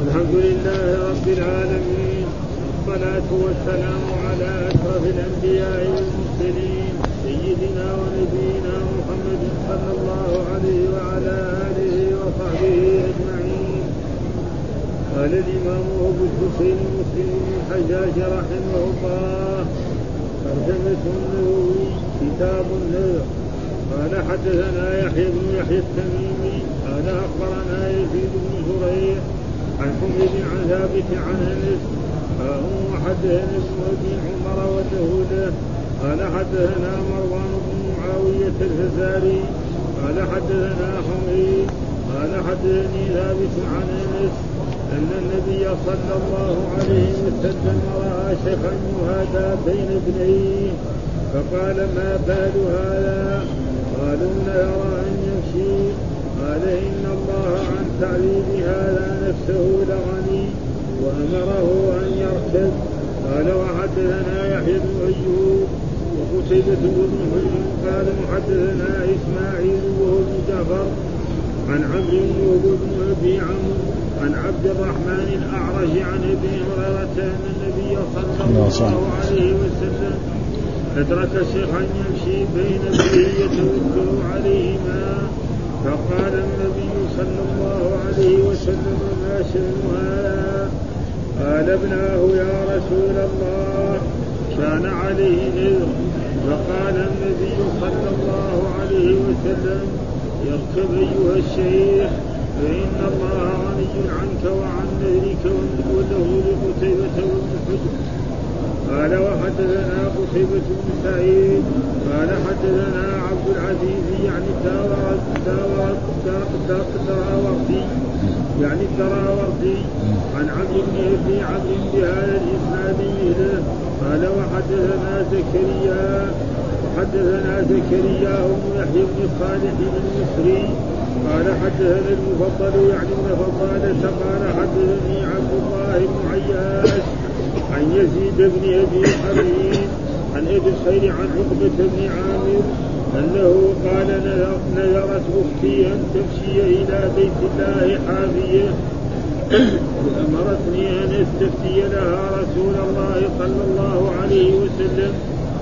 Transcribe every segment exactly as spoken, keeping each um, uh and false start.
الحمد لله رب العالمين، والصلاة والسلام على أشرف الأنبياء والمرسلين سيدنا ونبينا محمد صلى الله عليه وعلى آله وصحبه أجمعين. قال الإمام أبو الحسين مسلم بن الحجاج رحمه الله: ترجمة النووي كتاب النذر. قال حدثنا يحيى بن يحيى التميمي قال أخبرنا يزيد بن زريع عن حميد عن ثابت عن أنس قال حدثنا ابن أبي عمر وتهوده قال حدثنا مروان بن معاوية الفزاري قال حدثنا حميد قال حدثني ثابت عن أنس أن النبي صلى الله عليه وسلم رأى شيخا يهادى بين ابنيه فقال: ما بال هذا؟ قالوا: نرى أن يمشي. قال: إن الله عن تعذيب هذا نفسه لغني وأمره أن يركب. قال: وحدثنا يحيى بن أيوب وقتيبة بن حجر قال محدثنا إسماعيل وهو بن جعفر عن عمرو وهو بن أبي عمرو عن عبد الرحمن الأعرج عن أبي هريرة أن النبي صلى الله عليه وسلم أدرك شيخا يمشي بين ابنيه يتوكل عليهما فقال النبي صلى الله عليه وسلم: ما شأن هذا؟ قال: ابناه يا رسول الله كان عليه نذر. فقال النبي صلى الله عليه وسلم: يركب أيها الشيخ فإن الله غني عنك وعن نذرك وله لقتيبة بن حجر. قال: وحدثنا قتيبة بن سعيد قال حدثنا عبد العزيز يعني الدراوردي يعني الدراوردي عن عبد بن أبي عبد بهذا الإسناد مثله. قال: وحدثنا زكريا وحدثنا زكريا بن يحيى بن صالح المصري قال حدثنا المفضل يعني ابن فضالة قال حدثني عبد الله بن عياش عن يزيد بن أبي حبيب عن أبي الخير عن عقبة بن عامر أنه قال: نذرت أختي أن تمشي إلى بيت الله حافية وأمرتني أن استفتي لها رسول الله صلى الله عليه وسلم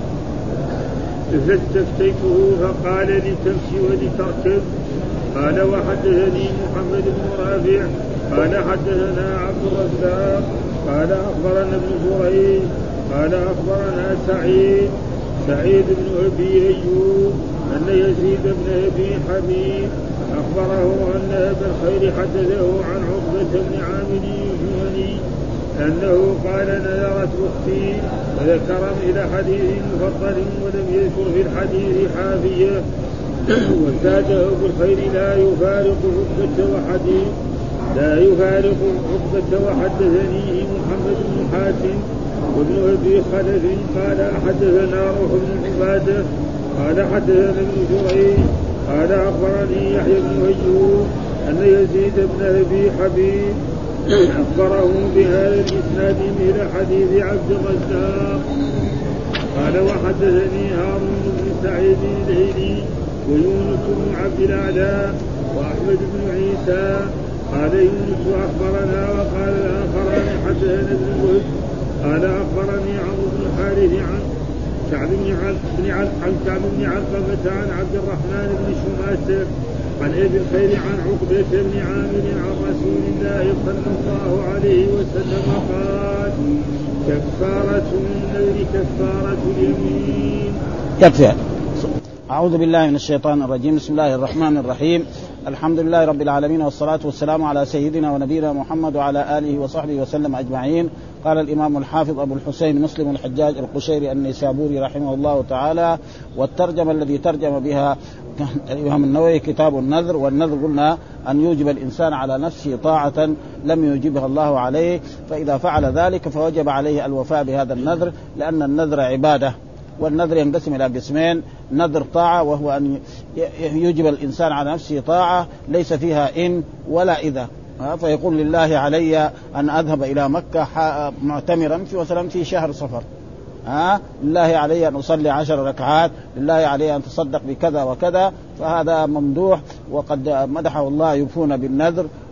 فاستفتيته فقال: لتمشي ولتركب. قال: وحدثني محمد بن رافع قال حدثنا عبد الرزاق قال أخبرنا ابن جريج قال أخبرنا سعيد سعيد بن أبي أيوب أن يزيد بن أبي حبيب أخبره أن أبا الخير حدثه عن عقبة بن عامر الجهني أنه قال: نذرت أختي وذكر إلى حديث مفضل ولم يذكر في الحديث حافية. وزاده أبو الخير: لا يفارق عقبة وحديث لا يفارق عقبة وحدثني محمد بن حاتم وابن أبي خلف قال حدثنا روح بن عبادة قال حدثنا ابن جريج قال أخبرني يحيى بن أيوب أن يزيد بن أبي حبيب أخبره بهذا الإسناد من حديث عبد الرزاق قال: وحدثني هارون بن سعيد الهيلي ويونس بن عبد الأعلى وأحمد بن عيسى قال يونس أخبرنا وقال الآخران حدثنا ابن وهب قال أخبرني عمرو بن الحارث عن كعب بن علقمة عن عبد الرحمن بن شماسة عن أبي الخير عن عقبة بن عامر عن رسول الله صلى الله عليه وسلم قال: كفارة النذر كفارة اليمين. يكفي. أعوذ بالله من الشيطان الرجيم. بسم الله الرحمن الرحيم. الحمد لله رب العالمين والصلاة والسلام على سيدنا ونبينا محمد وعلى آله وصحبه وسلم أجمعين. قال الإمام الحافظ أبو الحسين مسلم الحجاج القشيري النيسابوري رحمه الله تعالى: والترجمة الذي ترجم بها الإمام النووي كتاب النذر. والنذر قلنا أن يوجب الإنسان على نفسه طاعة لم يوجبها الله عليه، فإذا فعل ذلك فوجب عليه الوفاء بهذا النذر، لأن النذر عبادة. والنذر ينقسم إلى قسمين: نذر طاعة وهو أن يوجب الإنسان على نفسه طاعة ليس فيها إن ولا إذا، فيقول: لله علي أن أذهب إلى مكة معتمرا في مثلا في شهر صفر، ها لله علي أن أصلي عشر ركعات، لله علي أن تصدق بكذا وكذا، فهذا ممدوح وقد مدحه الله يوفون بالنذر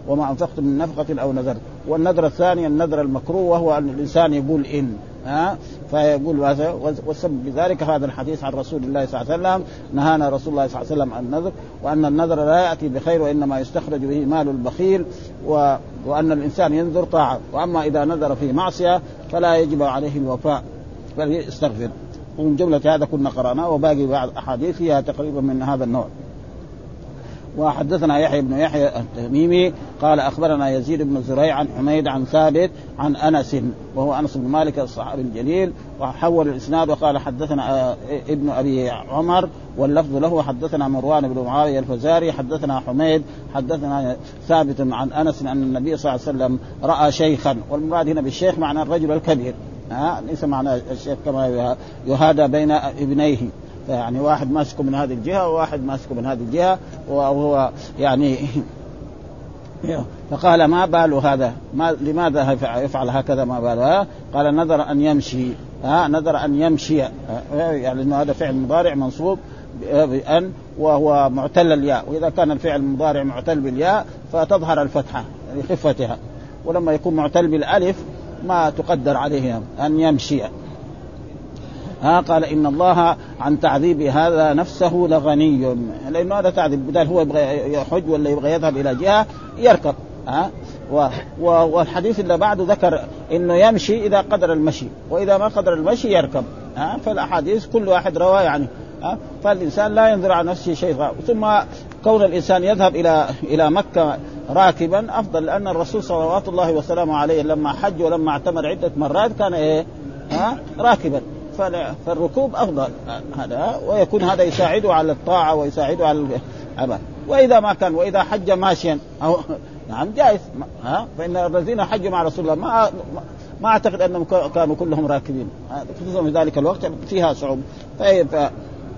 وما أنفقتم من نفقة أو نذرت. والنذر الثاني النذر المكروه وهو أن الإنسان يقول إن ها فيقول هذا. والسبب بذلك هذا الحديث عن رسول الله صلى الله عليه وسلم نهانا رسول الله صلى الله عليه وسلم عن النذر، وأن النذر لا يأتي بخير وإنما يستخرج به مال البخيل، و... وأن الإنسان ينذر طاعة، وأما إذا نذر في معصية فلا يجب عليه الوفاء بل يستغفر. ومن جملة هذا كنا قرأناه وباقي بعض أحاديث فيها تقريبا من هذا النوع. وحدثنا يحيى بن يحيى التميمي قال أخبرنا يزيد بن زريع عن حميد عن ثابت عن أنس وهو أنس بن مالك الصحابي الجليل، وحول الإسناد وقال حدثنا ابن أبي عمر واللفظ له حدثنا مروان بن معاوية الفزاري حدثنا حميد حدثنا ثابت عن أنس أن النبي صلى الله عليه وسلم رأى شيخا، والمراد هنا بالشيخ معنى الرجل الكبير، ها ليس معنى الشيخ كما يهادى بين ابنيه، يعني واحد ماسكه من هذه الجهة وواحد ماسكه من هذه الجهة وهو يعني فقال ما بال هذا ما لماذا يفعل هكذا ما باله؟ قال نذر أن يمشي ها نذر أن يمشي يعني إنه هذا فعل مضارع منصوب بأن وهو معتل الياء، وإذا كان الفعل المضارع معتل بالياء فتظهر الفتحة لخفتها، ولما يكون معتل بالألف ما تقدر عليه أن يمشي. ها قال إن الله عن تعذيب هذا نفسه لغني، لأنه هذا تعذيب بدل هو يبغى يحج ولا يبغى يذهب إلى جهة يركب. ها والحديث اللي بعده ذكر إنه يمشي إذا قدر المشي، وإذا ما قدر المشي يركب. ها فالأحاديث كل واحد رواه يعني. ها فالإنسان لا ينظر على نفسه شيء. ثم كون الإنسان يذهب إلى إلى مكة راكبا أفضل، لأن الرسول صلوات الله وسلامه عليه لما حج ولما اعتمر عدة مرات كان إيه ها راكبا، فالركوب أفضل هذا، ويكون هذا يساعده على الطاعة ويساعده على العمل. وإذا ما كان وإذا حج ماشيا أو نعم جائز. ها فإن الذين حجوا مع رسول الله ما ما أعتقد أنهم كانوا كلهم راكبين، خصوصا في ذلك الوقت فيها صعوبة. ف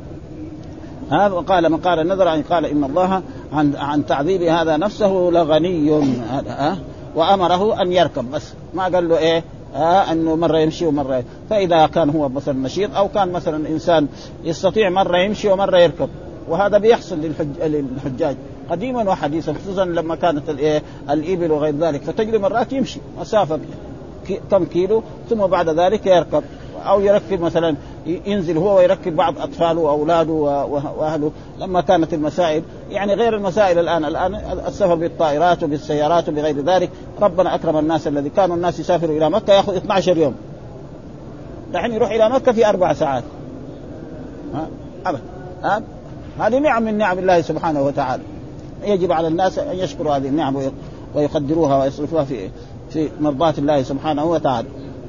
هذا قال من قال النذر يعني قال إن الله عن عن تعذيب هذا نفسه لغني، هذا وأمره أن يركب بس، ما قال له إيه آه أنه مرة يمشي ومرة يركب. فإذا كان هو مثلا نشيط أو كان مثلا إنسان يستطيع مرة يمشي ومرة يركب، وهذا بيحصل للحج... للحجاج قديما وحديثا، خصوصا لما كانت الإبل وغير ذلك، فتجري مرات يمشي مسافة كم كيلو ثم بعد ذلك يركب، أو يركب مثلا ينزل هو ويركب بعض أطفاله وأولاده وأهله لما كانت المسائل يعني غير المسائل الآن. الآن السفر بالطائرات وبالسيارات وبغير ذلك. ربنا أكرم الناس الذي كانوا الناس يسافروا إلى مكة يأخذ اثني عشر يوم، دحين يروح إلى مكة في أربع ساعات. ها أبدا ها هذه نعم من نعم الله سبحانه وتعالى، يجب على الناس أن يشكروا هذه النعم ويقدروها ويصرفوها في في مرضاة الله سبحانه وتعالى.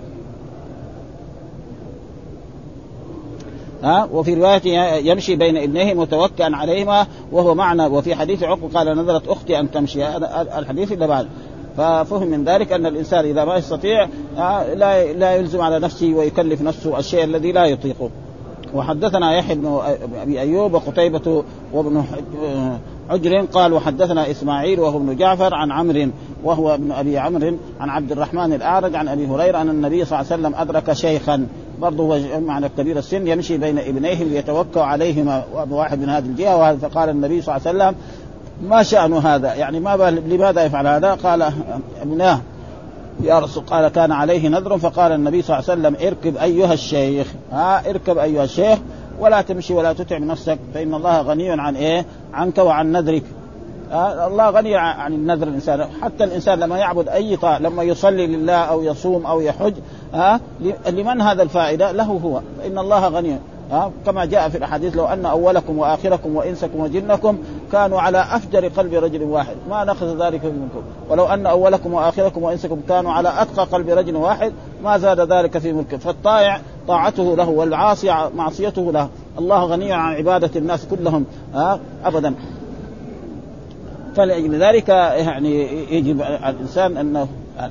ها وفي رواية يمشي بين ابنيه متوكئا عليهما وهو معنى. وفي حديث عقبة قال نذرت أختي أن تمشي، الحديث اللي بعد. ففهم من ذلك أن الإنسان إذا ما يستطيع لا لا يلزم على نفسه ويكلف نفسه الشيء الذي لا يطيقه. وحدثنا يحيى بن أبي أيوب وقتيبة وابن عجر قال وحدثنا إسماعيل وهو ابن جعفر عن عمرو وهو ابن أبي عمرو عن عبد الرحمن الأعرج عن أبي هريرة أن النبي صلى الله عليه وسلم أدرك شيخا برضه هو معنى كبير السن يمشي بين ابنيه ليتوكل عليهما واحد من هذه الجهة وهذا. فقال النبي صلى الله عليه وسلم ما شأن هذا، يعني ما لماذا يفعل هذا؟ قال ابناه يا رسول، قال كان عليه نذر. فقال النبي صلى الله عليه وسلم اركب أيها الشيخ، ها اركب أيها الشيخ ولا تمشي ولا تتعب نفسك فإن الله غني عن إيه عنك وعن نذرك. آه الله غني عن النذر الإنسان. حتى الإنسان لما يعبد أي طاعة، لما يصلي لله أو يصوم أو يحج، آه لمن هذا الفائدة؟ له هو، فإن الله غني. آه كما جاء في الحديث لو أن أولكم وآخركم وإنسكم وجنكم كانوا على أفجر قلب رجل واحد ما نقص ذلك منكم، ولو أن أولكم وآخركم وإنسكم كانوا على أتقى قلب رجل واحد ما زاد ذلك في ملكه. فالطائع طاعته له والعاصي معصيته له. الله غني عن عبادة الناس كلهم آه أبدا. فلأجل ذلك يعني يجب على الإنسان أنه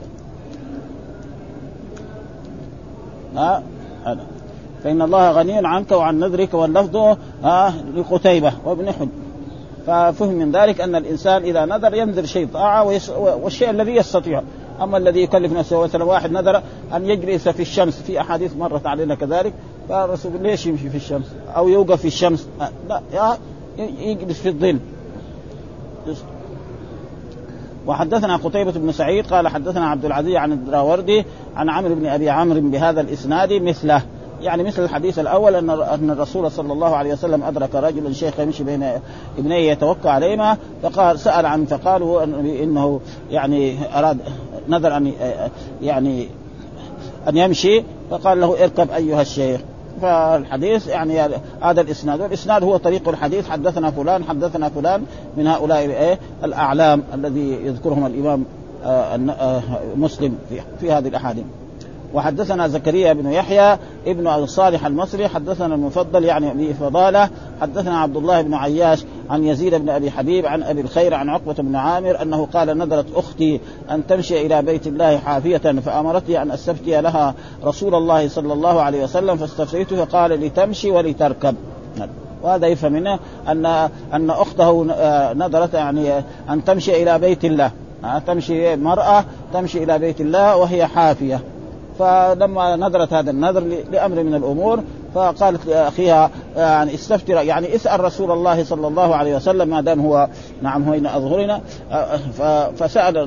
ها هذا فإن الله غني عنك وعن نذرك. واللفظ ها لقتيبة وابن حج. ففهم من ذلك أن الإنسان إذا نذر ينذر شيء طاعة والشيء الذي يستطيع. أما الذي يكلف نفسه مثلا واحد نذر أن يجلس في الشمس، في أحاديث مرت علينا كذلك، فالرسول ليش يمشي في الشمس أو يوقف في الشمس؟ لا يجلس في الظل. وحدثنا قتيبة بن سعيد قال حدثنا عبد العزيز عن الدراوردي عن عمرو بن أبي عمرو بهذا الإسناد مثله، يعني مثل الحديث الأول أن أن الرسول صلى الله عليه وسلم أدرك رجلا شيخ يمشي بين ابنيه يتوكى عليهما، فقال سأل عن فقالوا إنه يعني أراد نذر أن يعني أن يمشي، فقال له اركب أيها الشيخ. فالحديث يعني هذا الإسناد، والإسناد هو طريق الحديث، حدثنا فلان حدثنا فلان من هؤلاء الأعلام الذي يذكرهم الإمام مسلم في هذه الأحاديث. وحدثنا زكريا بن يحيى ابن صالح المصري حدثنا المفضل يعني أبي فضالة حدثنا عبد الله بن عياش عن يزيد بن أبي حبيب عن أبي الخير عن عقبة بن عامر أنه قال نذرت أختي أن تمشي إلى بيت الله حافية فأمرتني أن أستفتي لها رسول الله صلى الله عليه وسلم فاستفتيته فقال لتمشي ولتركب. وهذا يفهم منه أن أن أخته نذرت يعني أن تمشي إلى بيت الله، تمشي مرأة تمشي إلى بيت الله وهي حافية. فلما نذرت هذا النذر لأمر من الأمور فقالت لأخيها يعني استفتي يعني اسأل رسول الله صلى الله عليه وسلم ما دام هو نعم هو أظهرنا، فسأل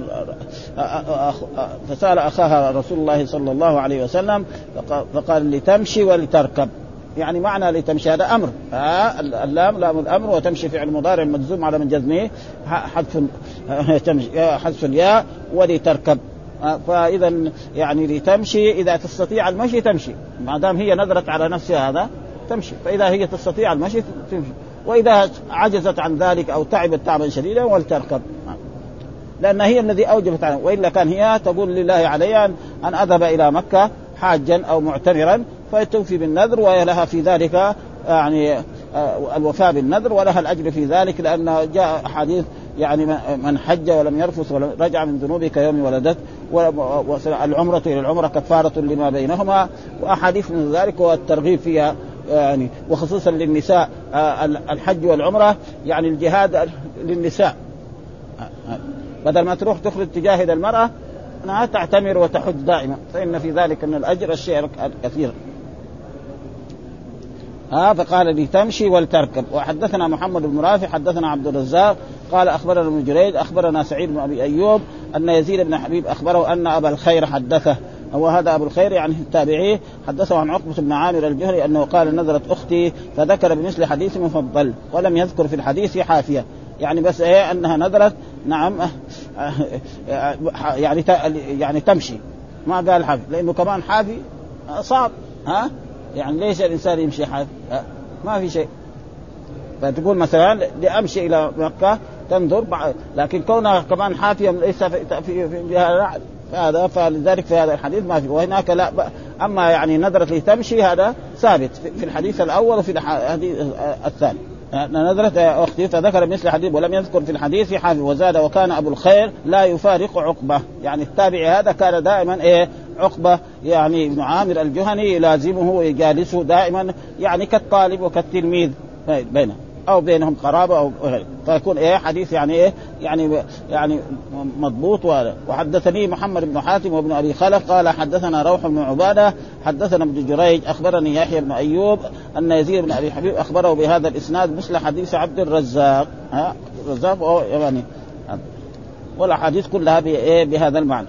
فسأل أخاها رسول الله صلى الله عليه وسلم فقال لتمشي ولتركب، يعني معنى لتمشي هذا أمر، اللام لام الأمر وتمشي فعل مضارع مجزوم على من جزمه حذف حذف الياء ولتركب. فإذا يعني لتمشي إذا تستطيع المشي تمشي، ما دام هي نذرت على نفسها هذا تمشي، فإذا هي تستطيع المشي تمشي، وإذا عجزت عن ذلك أو تعبت تعبا شديدا ولتركب، لأن هي الذي أوجبت عنه، وإلا كان هي تقول لله علي أن أذهب إلى مكة حاجا أو معتمرا فتوفي بالنذر ولها في ذلك يعني الوفاء بالنذر ولها الأجر في ذلك، لأن جاء حديث يعني من حج ولم يرفث ولم رجع من ذنوبه كيوم ولدت، والعمرة إلى العمرة كفارة لما بينهما، وأحاديث من ذلك والترغيب فيها يعني، وخصوصا للنساء الحج والعمرة يعني الجهاد للنساء، بدل ما تروح تخرج تجاهد المرأة أنها تعتمر وتحج دائما، فإن في ذلك من الأجر الشيء الكثير. ها فقال لي تمشي ولتركب. وحدثنا محمد بن رافع حدثنا عبد الرزاق قال أخبرنا ابن جريج أخبرنا سعيد بن أبي أيوب أن يزيد بن حبيب أخبره أن أبا الخير حدثه، هو هذا أبو الخير يعني التابعي، حدثه عن عقبة بن عامر الجهري أنه قال نذرت أختي، فذكر بمثل حديث مفضل ولم يذكر في الحديث حافية، يعني بس إيه أنها نذرت نعم يعني يعني تمشي، ما قال حافي، لأنه كمان حافي صعب، ها يعني ليش الإنسان يمشي حافي؟ ما في شيء. فتقول مثلا لأمشي إلى مكة تنظر، لكن كونها كمان حافية ليس في في جهة هذا، فلذلك في هذا الحديث ما في، وهناك لا. أما يعني نذرت لتمشي هذا ثابت في الحديث الأول وفي الحديث الثاني. نذرت أختي فذكر مثل حديث ولم يذكر في الحديث حافي. وزاد وكان أبو الخير لا يفارق عقبة، يعني التابع هذا كان دائما إيه عقبة يعني ابن عامر الجهني يلازمه ويجالسه دائما، يعني كالطالب وكالتلميذ بينه أو بينهم قرابة أو غيره، فيكون إيه حديث يعني إيه يعني يعني مضبوط. وحدثني محمد بن حاتم وابن أبي خلف قال حدثنا روح بن عبادة حدثنا ابن جريج أخبرني يحيى بن أيوب أن يزيد بن أبي حبيب أخبره بهذا الإسناد مثل حديث عبد الرزاق، ها الرزاق يعني والأحاديث كلها بهذا المعنى.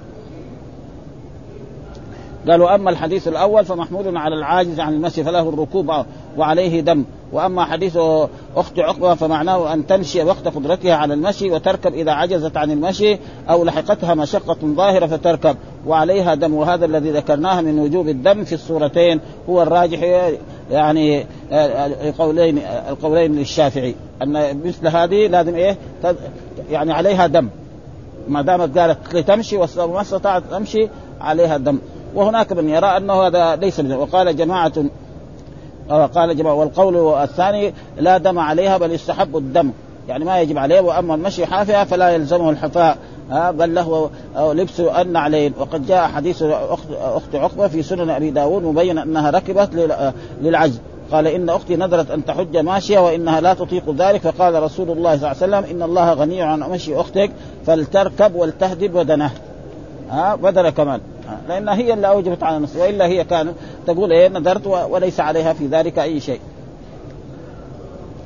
قالوا أما الحديث الأول فمحمول على العاجز عن المشي فله الركوب وعليه دم، وأما حديث أخت عقبة فمعناه أن تمشي وقت قدرتها على المشي وتركب إذا عجزت عن المشي أو لحقتها مشقة ظاهرة فتركب وعليها دم. وهذا الذي ذكرناه من وجوب الدم في الصورتين هو الراجح، يعني القولين القولين للشافعي أن مثل هذه لازم إيه يعني عليها دم، ما دامت قالت لتمشي وما استطاعت تمشي عليها دم. وهناك من يرى أنه هذا ليس بدم، وقال جماعة قال جماعة والقول الثاني لا دم عليها بل يستحب الدم، يعني ما يجب عليه. وأما المشي حافية فلا يلزمه الحفاء بل له لبس النعلين. وقد جاء حديث أخت عقبة في سنن أبي داود مبين أنها ركبت للعجز، قال إن أختي نذرت أن تحج ماشية وإنها لا تطيق ذلك، فقال رسول الله صلى الله عليه وسلم إن الله غني عن مشي أختك فلتركب ولتهدب ودنه، ها بدل كمان، لأن هي اللي أوجبت على نفسها، وإلا هي كانت تقول إيه نذرت وليس عليها في ذلك أي شيء.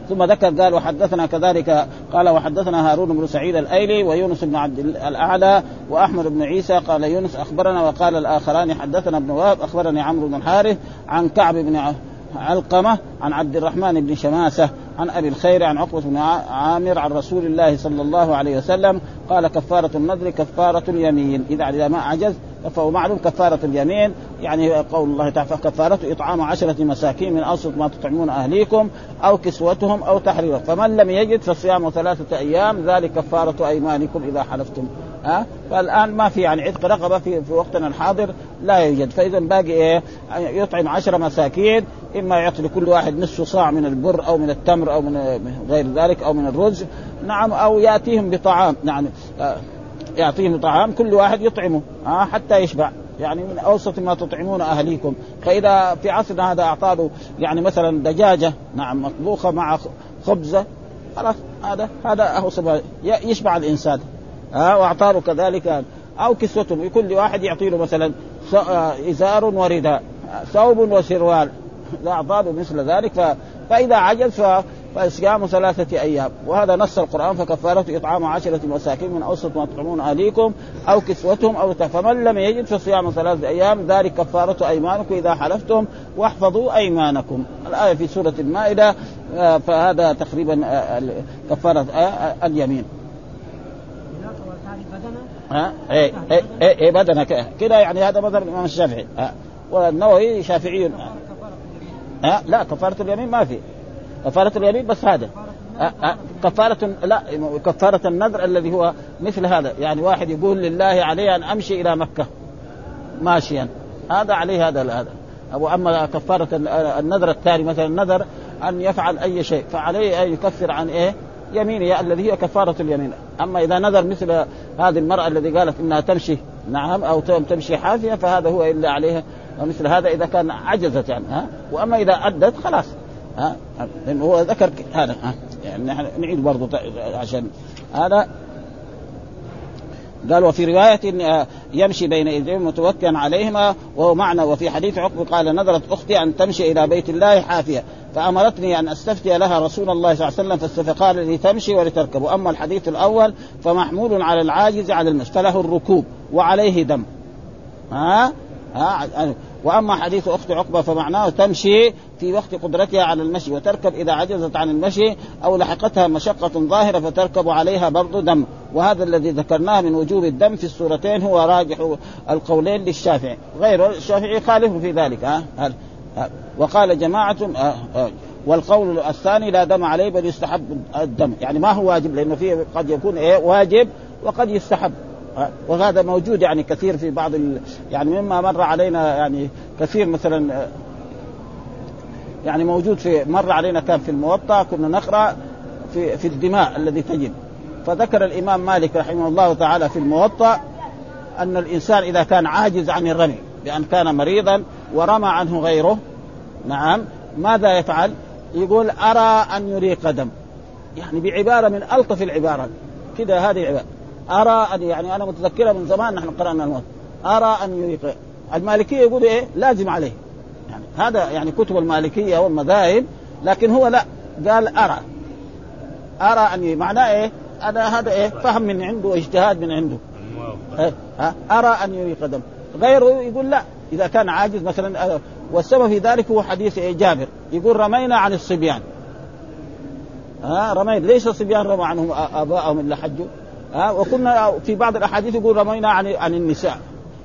ثم ذكر قال وحدثنا كذلك قال وحدثنا هارون بن سعيد الأيلي ويونس بن عبد الأعلى وأحمد بن عيسى قال يونس أخبرنا وقال الآخران حدثنا ابن وهب أخبرني عمرو بن الحارث عن كعب بن علقمة عن عبد الرحمن بن شماسة عن أبي الخير عن عقبة بن عامر عن رسول الله صلى الله عليه وسلم قال كفارة النذر كفارة اليمين إذا إذا ما عجز فهو معلوم كفارة اليمين يعني قول الله تعالى كفارة إطعام عشرة مساكين من أوسط ما تطعمون أهليكم أو كسوتهم أو تحرير فمن لم يجد فصيام ثلاثة أيام ذلك كفارة أيمانكم إذا حلفتم. ها فالآن ما في يعني عتق رقبة في, في وقتنا الحاضر لا يوجد. فإذا باقي إيه يطعم عشرة مساكين إما يعطي لكل واحد نصف صاع من البر أو من التمر أو من غير ذلك أو من الرز نعم أو يأتيهم بطعام يعني يعطيهم طعام كل واحد يطعمه آه حتى يشبع يعني من أوسط ما تطعمون أهليكم. فإذا في عصرنا هذا أعطاه يعني مثلا دجاجة نعم مطبوخة مع خبزة خلاص هذا هذا أوسط يشبع الإنسان آه وأعطاه كذلك أو كسوتهم لكل واحد يعطي له مثلا إزار ورداء ثوب وسروال لا أعطاه مثل ذلك ف... فإذا عجز ف... فصيام ثلاثة أيام وهذا نص القرآن فكفارة إطعام عشرة مساكين من أوسط ما تطعمون أهليكم أو كسوتهم أو فمن لم يجد فصيام ثلاثة أيام ذلك كفارة أيمانكم إذا حلفتم واحفظوا أيمانكم. الآية في سورة المائدة فهذا تقريبا كفارة اليمين. ها إيه إيه إيه بدنا كده يعني هذا مذهب الإمام الشافعي والنووي شافعي. ها لا كفارة اليمين ما في كفارة اليمين بس هذا أه أه كفارة لا كفارة النذر الذي هو مثل هذا يعني واحد يقول لله عليه أن أمشي إلى مكة ماشيا هذا عليه هذا هذا أو أما كفارة النذر الثاني مثلا النذر أن يفعل أي شيء فعليه أن يكفر عن إيه يمينه الذي هي كفارة اليمين. أما إذا نذر مثل هذه المرأة الذي قالت إنها تمشي نعم أو تمشي حافية فهذا هو إلا عليها مثل هذا إذا كان عجزت يعني ها. وأما إذا أدت خلاص ها لأنه هو ذكر هذا ها يعني نحن نعيد برضو عشان هذا قال وفي رواية يمشي بين يديهم متوكئا عليهما وهو معنى. وفي حديث عقبة قال نذرت أختي أن تمشي إلى بيت الله حافية فأمرتني أن أستفتي لها رسول الله صلى الله عليه وسلم فقال لي تمشي ولتركب. أما الحديث الأول فمحمول على العاجز على المشي فله الركوب وعليه دم ها ها. وأما حديث أخت عقبة فمعناه تمشي في وقت قدرتها على المشي وتركب إذا عجزت عن المشي أو لحقتها مشقة ظاهرة فتركب عليها برضو دم. وهذا الذي ذكرناه من وجوب الدم في السورتين هو راجح القولين للشافعي غير الشافعي خالف في ذلك ها ها. وقال جماعة ها ها. والقول الثاني لا دم عليه بل يستحب الدم يعني ما هو واجب لأنه فيه قد يكون إيه واجب وقد يستحب وهذا موجود يعني كثير في بعض ال... يعني مما مر علينا يعني كثير مثلا يعني موجود في مر علينا كان في الموطأ كنا نقرأ في في الدماء الذي تجد فذكر الإمام مالك رحمه الله تعالى في الموطأ أن الإنسان إذا كان عاجز عن الرمي بأن كان مريضا ورمى عنه غيره نعم ماذا يفعل؟ يقول أرى أن يريق دم يعني بعبارة من ألطف العبارات كده هذه عبارة أرى أن يعني أنا متذكرة من زمان نحن قرأنا الموت أرى أن يريق. المالكية يقول إيه لازم عليه يعني هذا يعني كتب المالكية والمذاهب لكن هو لا قال أرى أرى أن معناه إيه أنا هذا إيه فهم من عنده واجتهاد من عنده إيه؟ أرى أن يريق دم. غيره يقول لا إذا كان عاجز مثلا. والسبب في ذلك هو حديث إيه جابر يقول رمينا عن الصبيان ها رمينا ليس الصبيان رمى عنهم آباءهم إلا حجوا ها. وكنا في بعض الأحاديث يقول رمينا عن عن النساء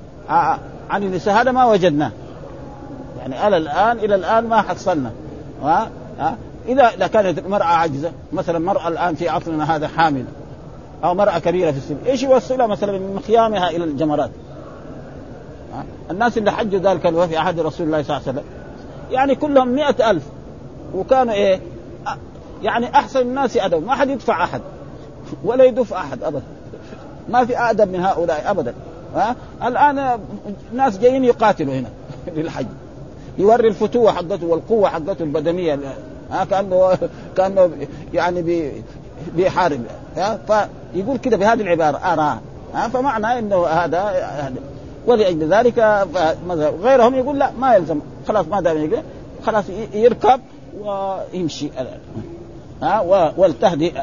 عن النساء هذا ما وجدناه يعني إلى الآن إلى الآن ما حصلنا ها ها. إذا إذا كانت المرأة عاجزة مثلا مرأة الآن في عصرنا هذا حامل أو مرأة كبيرة في السن إيش يوصلها مثلا من خيامها إلى الجمرات. الناس اللي حجوا ذلك الوفي في عهد رسول الله صلى الله عليه وسلم يعني كلهم مئة ألف وكانوا إيه يعني أحسن الناس أدب ما حد يدفع أحد ولا يدفع أحد أبدا ما في أدب من هؤلاء أبدا ها. الآن ناس جايين يقاتلوا هنا للحج يوري الفتوة حقته والقوة حقته البدنية ها كأنه كأنه يعني بي بيحارب ها. فيقول كده بهذه العبارة أرى ها فمعنى إنه هذا ولأجل ذلك غيرهم يقول لا ما يلزم خلاص ما دام يقول خلاص يركب ويمشي ها والتهدي.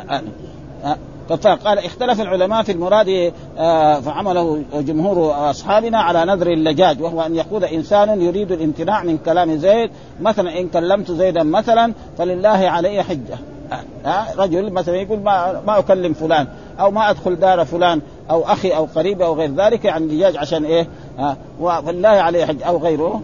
فقال اختلف العلماء في المراد فعمله جمهور أصحابنا على نذر اللجاج، وهو أن يقول إنسان يريد الامتناع من كلام زيد، مثلا إن كلمت زيدا مثلا فلله علي حجة. رجل مثلا يقول ما, ما أكلم فلان أو ما أدخل دار فلان أو أخي أو قريب أو غير ذلك، يعني اللجاج عشان إيه فلله علي حجة أو غيره،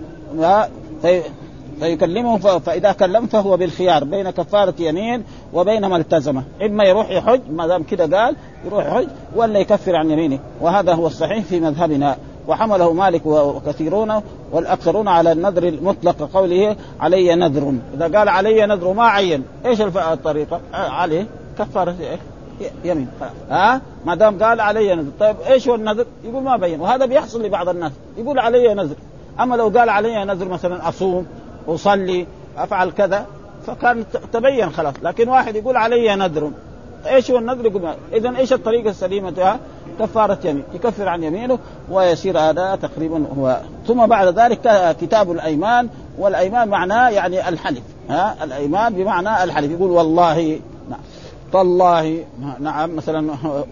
في فيكلمه. فإذا كلم فهو بالخيار بين كفارة يمين وبين ما التزمه، إما يروح يحج ما دام كده قال يروح يحج ولا يكفر عن يمينه، وهذا هو الصحيح في مذهبنا. وحمله مالك وكثيرون والأكثرون على النذر المطلق، قوله علي نذر. إذا قال علي نذر ما عين إيش الطريقة عليه كفارة يمين، ها ما دام قال علي نذر. طيب إيش هو النذر؟ يقول ما بين، وهذا بيحصل لبعض الناس يقول علي نذر. أما لو قال علي نذر مثلا أصوم أصلي أفعل كذا فكان تبين خلاص، لكن واحد يقول علي نذر، إيش هو النذر؟ يقول إذن إيش الطريقة السليمة؟ كفارة يمين، يكفر عن يمينه ويصير هذا تقريبا هو. ثم بعد ذلك كتاب الأيمان، والأيمان معناه يعني الحلف، ها الأيمان بمعنى الحلف، يقول والله نعم تالله نعم مثلا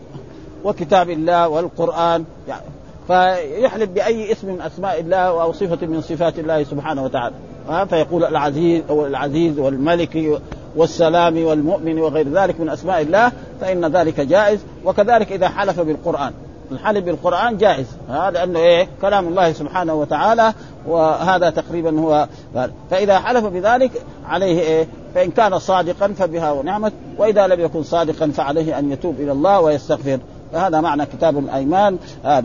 وكتاب الله والقرآن يعني، فيحلف بأي اسم من أسماء الله أو صفة من صفات الله سبحانه وتعالى، فيقول العزيز أو العزيز والملك والسلام والمؤمن وغير ذلك من أسماء الله، فإن ذلك جائز. وكذلك إذا حلف بالقرآن، الحلف بالقرآن جائز، لأنه إيه كلام الله سبحانه وتعالى، وهذا تقريبا هو. فإذا حلف بذلك عليه إيه؟ فإن كان صادقا فبها ونعمت، وإذا لم يكن صادقا فعليه أن يتوب إلى الله ويستغفر. فهذا معنى كتاب الأيمان.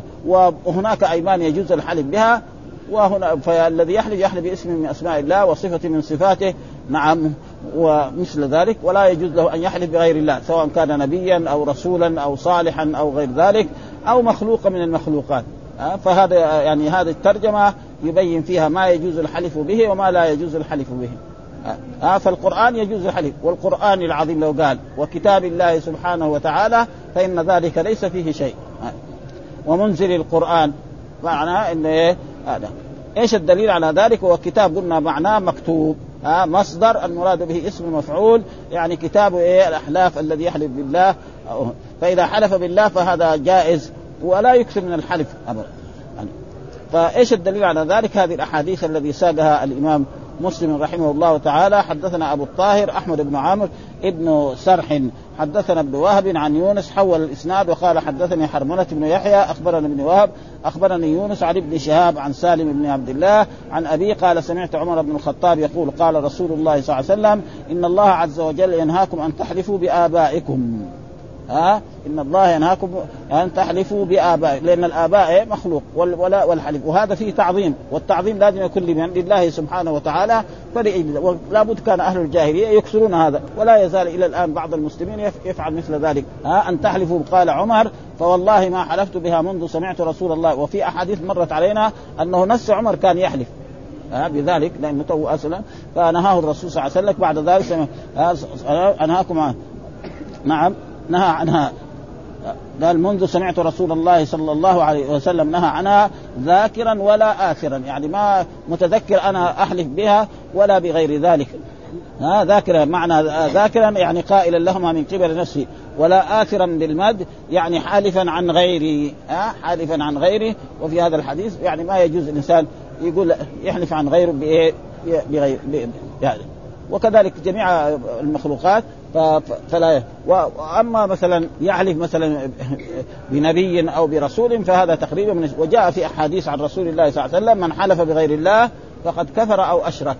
وهناك أيمان يجوز الحلف بها، وهنا فالذي يحلف يحلف باسم من أسماء الله وصفة من صفاته نعم ومثل ذلك، ولا يجوز له أن يحلف بغير الله، سواء كان نبيا أو رسولا أو صالحا أو غير ذلك أو مخلوقا من المخلوقات. فهذا يعني هذه الترجمة يبين فيها ما يجوز الحلف به وما لا يجوز الحلف به. آه فالقرآن يجوز الحلف، والقرآن العظيم لو قال وكتاب الله سبحانه وتعالى فإن ذلك ليس فيه شيء. آه ومنزل القرآن معناه إن إيه هذا. إيش الدليل على ذلك؟ وكتاب قلنا معناه مكتوب، آه مصدر المراد به اسم مفعول، يعني كتاب إيه الأحلاف الذي يحلف بالله. فإذا حلف بالله فهذا جائز ولا يكثر من الحلف أبدا. يعني فإيش الدليل على ذلك؟ هذه الأحاديث الذي ساقها الإمام مسلم رحمه الله تعالى. حدثنا أبو الطاهر أحمد بن عامر ابن سرح حدثنا ابن وهب عن يونس حول الإسناد وقال حدثني حرملة بن يحيى أخبرنا ابن وهب أخبرني يونس عن ابن شهاب عن سالم بن عبد الله عن أبي قال سمعت عمر بن الخطاب يقول قال رسول الله صلى الله عليه وسلم إن الله عز وجل ينهاكم أن تحلفوا بآبائكم. ها إن الله ينهاكم أن تحلفوا بآبائكم، لأن الآباء مخلوق والولاء والحلف، وهذا فيه تعظيم، والتعظيم لازم يكون لمن لله سبحانه وتعالى. فلا بد كان أهل الجاهلية يكسرون هذا، ولا يزال إلى الآن بعض المسلمين يفعل مثل ذلك. ها أن تحلفوا قال عمر فوالله ما حلفت بها منذ سمعت رسول الله. وفي أحاديث مرت علينا أنه نفس عمر كان يحلف بذلك لأنه تو أسلا، فنهاه الرسول صلى الله عليه وسلم بعد ذلك أنهاكم عنه. نعم نهى عنها، قال منذ سمعت رسول الله صلى الله عليه وسلم نهى عنها ذاكرا ولا آثرا، يعني ما متذكر أنا أحلف بها ولا بغير ذلك. ها ذاكرا معنى ذاكرا يعني قائلا لهما من قبل نفسي، ولا آثرا بالمد يعني حالفا عن غيري، ها حالفا عن غيري. وفي هذا الحديث يعني ما يجوز الإنسان يقول يحلف عن غيره بإيه بغير يعني، وكذلك جميع المخلوقات فلا. وأما مثلا يحلف مثلا بنبي أو برسول فهذا تقريبا من. وجاء في أحاديث عن رسول الله صلى الله عليه وسلم من حلف بغير الله فقد كفر أو أشرك،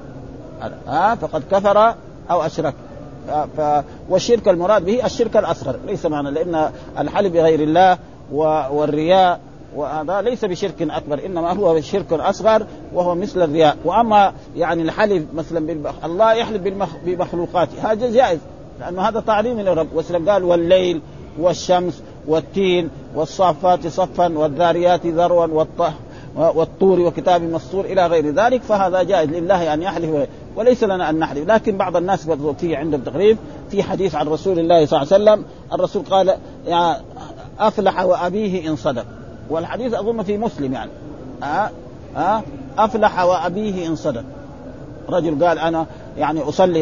ها فقد كفر أو أشرك. ف... والشرك المراد به الشرك الأصغر ليس معنى، لأن الحلف بغير الله والرياء وهذا ليس بشرك أكبر، إنما هو شرك أصغر وهو مثل الرياء. وأما يعني الحلف مثلا بالبخ... الله يحلف بالمخ... بمخلوقاته هذا جائز، لأنه هذا تعظيم للرب. وسلم قال والليل والشمس والتين والصافات صفا والذاريات ذروا والط... والطور وكتاب مسطور إلى غير ذلك، فهذا جائز لله أن يحلف وليس لنا أن نحلف. لكن بعض الناس فيه عندهم تقريب في حديث عن رسول الله صلى الله عليه وسلم، الرسول قال يا أفلح وأبيه إن صدق، والحديث أظن في مسلم يعني أه أه أفلح وأبيه إن صدق. رجل قال أنا يعني أصلي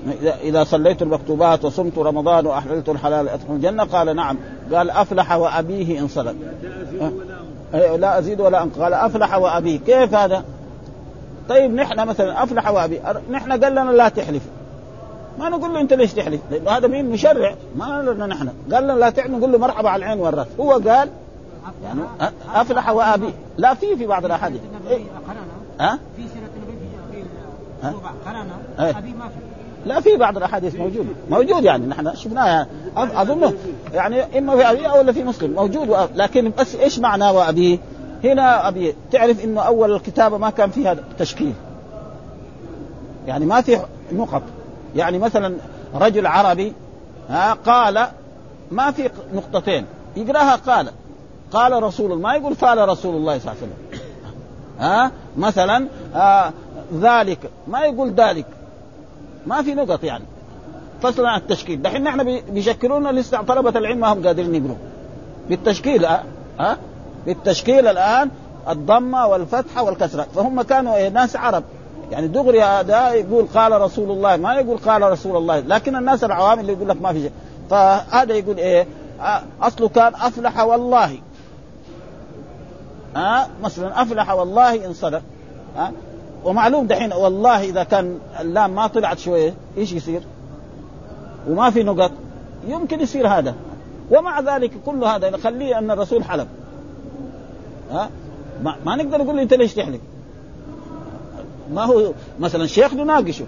إذا صليت المكتوبات وصمت رمضان وأحللت الحلال أدخل الجنة؟ قال نعم. قال أفلح وأبيه إن صدق. لا أزيد ولا أنقص. قال أفلح وأبيه. كيف هذا؟ طيب نحن مثلا أفلح وأبيه، نحن قال لنا لا تحلف، ما نقول له أنت ليش تحلف؟ لأنه هذا مين مشرع، ما لنا نحن. قال لنا لا تحلف، نقول له مرحبا على العين والرأس. هو قال يعني أفلح وأبيه. لا في في بعض الأحاديث ها في سيرة النبي في قرانا أبي ما في. لا في بعض الأحاديث موجود موجود يعني نحن شفناها أظنه يعني إما في أبيه أو في مسلم موجود. لكن بس إيش معناه وأبيه هنا؟ أبيه تعرف إنه أول الكتابة ما كان فيها تشكيل، يعني ما في نقط. يعني مثلا رجل عربي ها قال ما في نقطتين يقراها قال قال رسول الله، ما يقول قال رسول الله صلى الله عليه وسلم. ها مثلا آه ذلك ما يقول ذلك، ما في نقط يعني فصلا عن التشكيل. دحين نحن بيشكلونا لسه طلبة العلم ما هم قادرين يقروا بالتشكيل. ها أه؟ بالتشكيل الآن الضمة والفتحة والكسرة. فهم كانوا ناس عرب يعني دغري هذا يقول قال رسول الله، ما يقول قال رسول الله. لكن الناس العوام اللي يقول لك ما في شيء، فهذا يقول ايه اصله كان افلح والله. ها أه؟ مثلا افلح والله ان صدق. ها أه؟ ومعلوم دحين والله اذا كان اللام ما طلعت شويه ايش يصير؟ وما في نقط يمكن يصير هذا. ومع ذلك كل هذا نخليه ان الرسول حلف. ها ما, ما نقدر نقول له انت ليش تحلف. ما هو مثلا شيخ نناقشه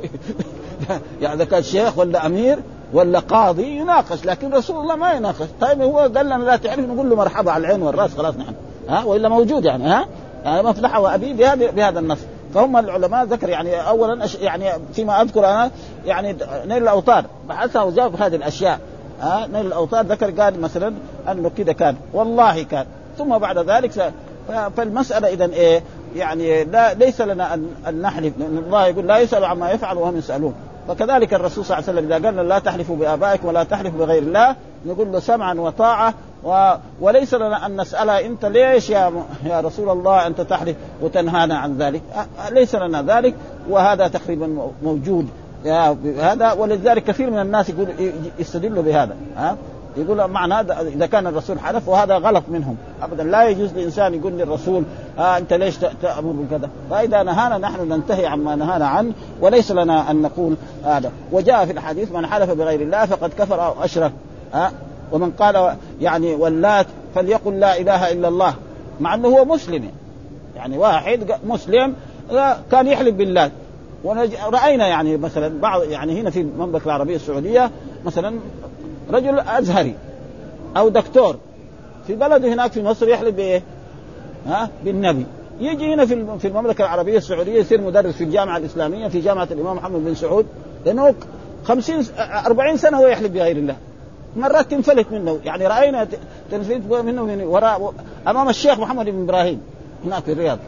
يعني اذا كان شيخ ولا امير ولا قاضي يناقش، لكن رسول الله ما يناقش. طيب هو قال لنا لا تحلف، نقول له مرحبا على العين والراس خلاص نحن. ها والا موجود يعني ها يعني مفلحه وابي بهذا بهذا النص. فهم العلماء ذكر يعني اولا يعني فيما اذكر انا يعني نيل الاوطار بحثها وجاب هذه الاشياء. ها نيل الاوطار ذكر قال مثلا انه كذا كان والله كان، ثم بعد ذلك فالمساله اذا ايه يعني لا ليس لنا ان, أن نحلف، لان الله يقول لا يسأل عما يفعل وهم يسألون. فكذلك الرسول صلى الله عليه وسلم اذا قال لا تحلفوا بآبائكم ولا تحلفوا بغير الله نقول له سمعا وطاعه و... وليس لنا ان نسألها انت ليش يا م... يا رسول الله انت تحلف وتنهانا عن ذلك. ليس لنا ذلك، وهذا تقريبا موجود هذا. ولذلك كثير من الناس يقول يستدلوا بهذا. ها يقول معنى هذا اذا كان الرسول حلف، وهذا غلط منهم ابدا. لا يجوز لانسان يقول للرسول آه انت ليش تأمر بكذا. فاذا نهانا نحن ننتهي عما نهانا عنه، وليس لنا ان نقول هذا. وجاء في الحديث من حلف بغير الله فقد كفر او اشرك. آه ومن قال يعني واللات فليقل لا اله الا الله، مع انه هو مسلم. يعني واحد مسلم كان يحلف بالله. ورأينا يعني مثلا بعض يعني هنا في المملكة العربية السعودية مثلا رجل أزهري أو دكتور في بلده هناك في مصر يحلف بإيه؟ ها بالنبي. يجي هنا في في المملكة العربية السعودية يصير مدرس في الجامعة الإسلامية في جامعة الإمام محمد بن سعود، لأنه خمسين أربعين سنة هو يحلف بغير الله. مرات تنفلت منه، يعني رأينا تنفلت منه من وراء أمام الشيخ محمد بن إبراهيم هناك في الرياض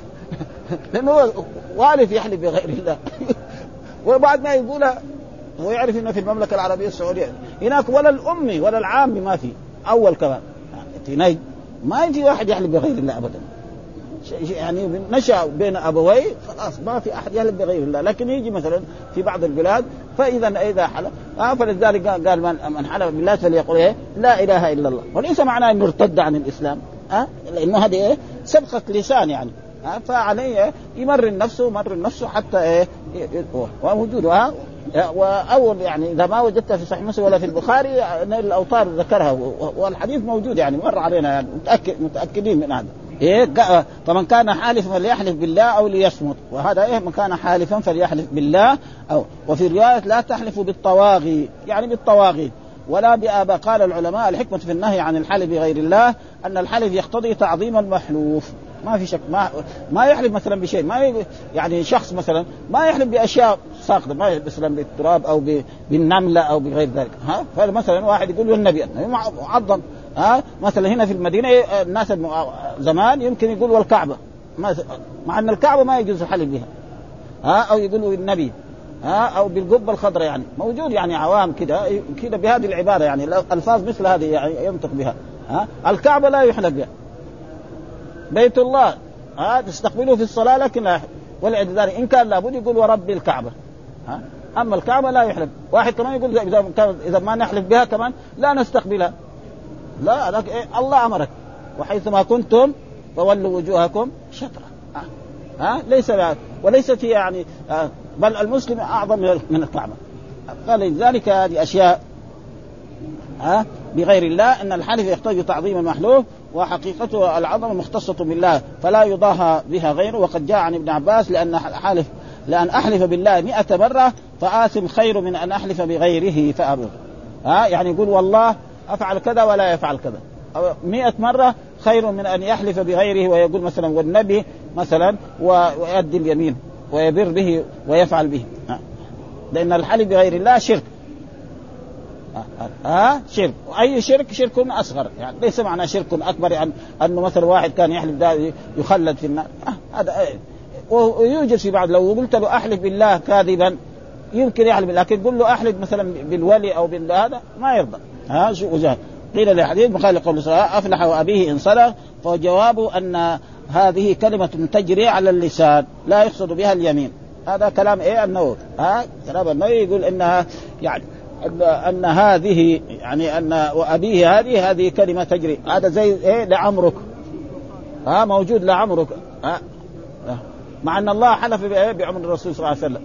لأنه والف يحلف بغير الله وبعد ما يقولها هو يعرف إنه في المملكة العربية السعودية هناك ولا الأمي ولا العامي ما في أول كمان يعني ما يجي واحد يحلف بغير الله أبدا. يعني نشأ بين أبوي خلاص ما في أحد يحلف بغير الله. لكن يجي مثلا في بعض البلاد فإذا إذا حلف آه فلذلك قال من من حلف بالله فليقول إيه لا إله إلا الله، وليس معناه إنه ارتد عن الإسلام آه لأنه هذه إيه سبقة لسان يعني آه فعليه يمرن نفسه مرن نفسه حتى إيه ووجوده. وأول يعني إذا ما وجدتها في صحيح مسلم ولا في البخاري نيل الأوطار ذكرها والحديث موجود يعني مر علينا يعني متأكد متأكدين من هذا. إيه فمن كان حالفا فليحلف بالله أو ليصمت. وهذا إيه من كان حالفا فليحلف بالله أو. وفي رواية لا تحلفوا بالطواغي يعني بالطواغي ولا بآباء. قال العلماء الحكمة في النهي عن الحلف بغير الله أن الحلف يقتضي تعظيم المحلوف. ما في شك ما ما يحلف مثلا بشيء ما يعني شخص مثلا ما يحلف بأشياء ساقطة، ما يحلف مثلا بالتراب أو بالنملة أو بغير ذلك. ها فمثلا واحد يقول والنبي معظم. ها مثلا هنا في المدينة الناس زمان يمكن يقول والكعبة مع أن الكعبة ما يجوز الحلف بها. ها أو يقولوا النبي ها أو بالقبة الخضراء يعني موجود يعني عوام كده كده بهذه العبارة يعني الألفاظ مثل هذه يعني ينطق بها. ها الكعبة لا يحلف بها. بيت الله ها تستقبله في الصلاة لكن لا. ولذلك إن كان لابد يقول ورب الكعبة. ها أما الكعبة لا يحلف. واحد كمان يقول إذا إذا ما نحلف بها كمان لا نستقبلها. لا لك إيه؟ الله أمرك وحيثما كنتم فولوا وجوهكم شطرة. ها ليس وليست هي يعني بل المسلم أعظم من الكعبة. فلذلك هذه أشياء ها بغير الله أن الحلف يحتاج تعظيم المحلوف وحقيقته العظمة مختصة بالله فلا يضاهى بها غيره. وقد جاء عن ابن عباس لأن حلف لأن أحلف بالله مئة مرة فآثم خير من أن أحلف بغيره فأبر. ها يعني يقول والله أفعل كذا ولا يفعل كذا مئة مرة خير من أن يحلف بغيره ويقول مثلا والنبي مثلا ويؤدي اليمين ويبر به ويفعل به. لأن الحلف بغير الله شرك. ها شرك أي شرك شرك أصغر يعني ليس معنى شرك أكبر يعني أنه مثلا واحد كان يحلف ده يخلد في النار. هذا ويوجد في بعض لو قلت له أحلف بالله كاذبا يمكن يحلف لكن قل له أحلف مثلا بالولي أو بالهذا ما يرضى. ها شو وجه قيل الحديث مخالف قول صلى أفلح وأبيه إن صدق فجوابه أن هذه كلمة تجري على اللسان لا يقصد بها اليمين. هذا كلام إيه النووي. ها كلام النووي يقول إنها يعني أن, أن هذه يعني أن وأبيه هذه هذه كلمة تجري. هذا زي إيه لعمرك. ها موجود لعمرك. ها مع أن الله حلف بعمر الرسول صلى الله عليه وسلم.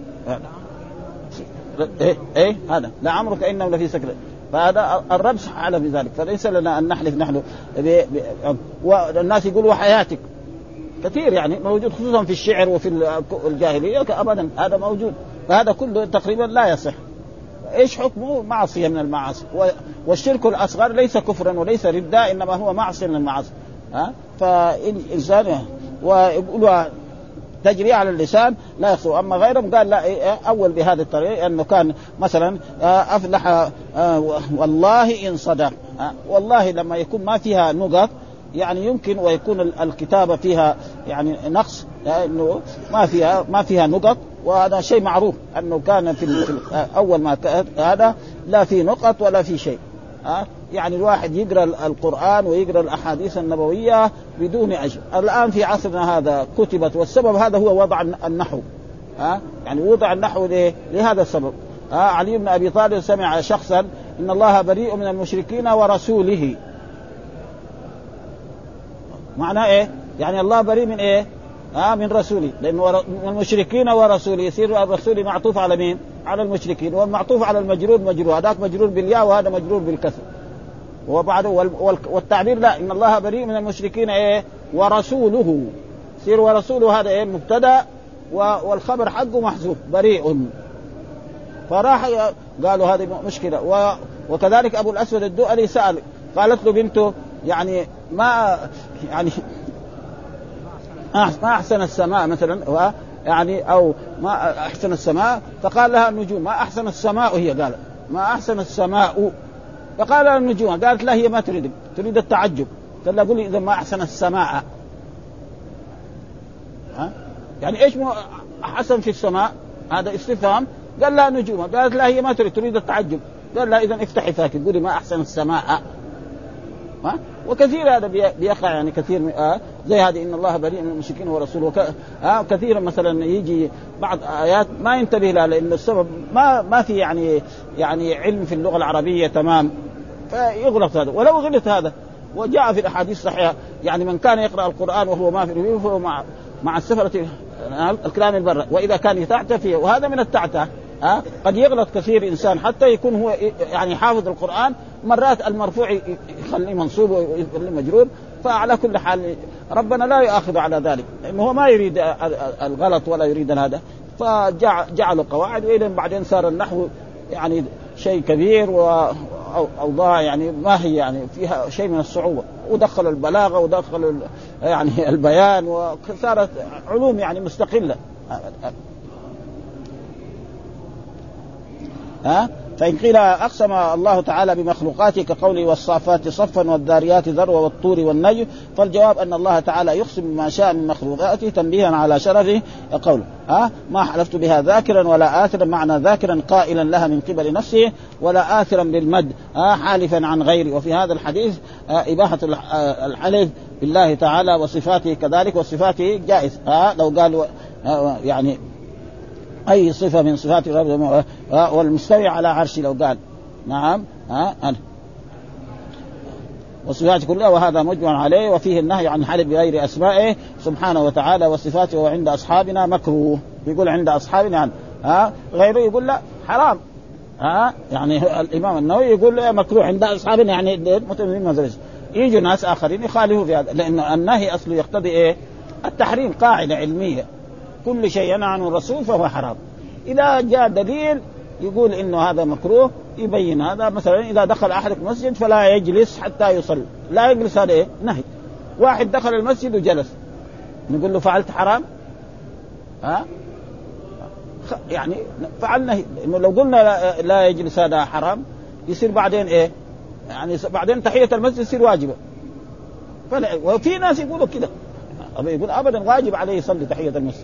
إيه إيه هذا لعمرك إنه لفي سكرة. فهذا الرب حلف بذلك فليس لنا أن نحلف نحن ب... ب... والناس يقولوا حياتك كثير يعني موجود خصوصا في الشعر وفي الجاهلية أبدا هذا موجود. فهذا كله تقريبا لا يصح. إيش حكمه؟ معصية من المعاصي. والشرك الأصغر ليس كفرا وليس ردة إنما هو معصية من المعاصي. ها فإنسان ويقولوا تجري على اللسان لا يخصو. أما غيرهم قال لا أول بهذه الطريقة أنه كان مثلا أفلح والله إن صدق. والله لما يكون ما فيها نقط يعني يمكن ويكون الكتابة فيها يعني نقص لأنه ما فيها ما فيها نقط وهذا شيء معروف أنه كان في أول ما هذا لا في نقط ولا في شيء. ها يعني الواحد يقرأ القرآن ويقرأ الأحاديث النبوية بدون أجر. الآن في عصرنا هذا كتبت والسبب هذا هو وضع النحو. ها يعني وضع النحو لهذا السبب. ها علي بن أبي طالب سمع شخصا إن الله بريء من المشركين ورسوله. معناه إيه؟ يعني الله بريء من إيه؟ ها من رسوله لأنه من المشركين ورسوله يصير الرسول معطوف على مين؟ على المشركين والمعطوف على المجرور مجرور هذاك مجرور بالياء وهذا مجرور بالكسر. وبعده والتعبير لا إن الله بريء من المشركين إيه ورسوله يصير ورسوله هذا إيه مبتدأ والخبر حقه محذوف بريء. فراح قالوا هذه مشكلة. وكذلك أبو الأسود الدؤلي سأل قالت له بنته يعني ما يعني ما أحسن السماء مثلا يعني أو ما أحسن السماء فقال لها النجوم. ما أحسن السماء هي قالت ما أحسن السماء فقال لها النجوم. قالت لا هي ما تريد تريد التعجب. قال لها قولي إذا ما أحسن السماء. ها يعني إيش أحسن في السماء هذا استفهام. قال لها نجوم. قالت لا هي ما تريد تريد التعجب. قال لا إذا افتحي فاك قولي ما أحسن السماء. ها وكثير هذا بيقع يعني كثير آه زي هذه إن الله بريء من المشركين ورسوله وك... آه كثيرا مثلا يجي بعض آيات ما ينتبه لها لأن السبب ما ما في يعني يعني علم في اللغة العربية تمام فيغلط هذا. ولو غلط هذا وجاء في الأحاديث الصحيحة يعني من كان يقرأ القرآن وهو ما في فهو مع مع السفرة الكلام البر وإذا كان يتعتى فيه وهذا من التعتى. ها قد يغلط كثير إنسان حتى يكون هو يعني حافظ القرآن مرات المرفوع يخليه منصوب ويخليه مجرور. فعلى كل حال ربنا لا يؤاخذ على ذلك لأنه هو ما يريد الغلط ولا يريد هذا. فجعلوا قواعد وإلى بعدين صار النحو يعني شيء كبير وأوضاع يعني ما هي يعني فيها شيء من الصعوبة ودخل البلاغة ودخل يعني البيان وصارت علوم يعني مستقلة. ها فإن قيل أقسم الله تعالى بمخلوقاته كقوله والصافات صفا والذاريات ذروا والطور والنجم فالجواب أن الله تعالى يقسم بما شاء من مخلوقاته تنبيها على شرفه قوله ها ما حلفت بها ذاكرا ولا آثرا معنى ذاكرا قائلا لها من قبل نفسه ولا آثرا بالمد ها حالفا عن غيره. وفي هذا الحديث إباحة الحلف بالله تعالى وصفاته كذلك وصفاته جائز. ها لو قال يعني أي صفة من صفات ربه، والمستوي على عرش لو قال نعم ها أه وصفاته كلها، وهذا مجمع عليه. وفيه النهي عن حلف بغير أسمائه سبحانه وتعالى وصفاته، وعند أصحابنا مكروه. يقول عند أصحابنا يعني ها، غيره يقول لا حرام ها. يعني الإمام النووي يقول مكروه عند أصحابنا، يعني متممين مدرسة. يجوا ناس آخرين يخالفوا في هذا، لأن النهي أصله يقتضي إيه؟ التحريم. قاعدة علمية كل شيء ينهى عنه الرسول فهو حرام. إذا جاء دليل يقول إنه هذا مكروه يبين هذا. مثلا إذا دخل أحدكم المسجد فلا يجلس حتى يصلي، لا يجلس، هذا إيه؟ نهي. واحد دخل المسجد وجلس نقول له فعلت حرام ها؟ يعني فعل نهي. إنه لو قلنا لا, لا يجلس هذا حرام يصير بعدين إيه؟ يعني بعدين تحية المسجد يصير واجبة. فلا. وفي ناس يقولوا كده، يقول أبدا واجب عليه يصلي تحية المسجد.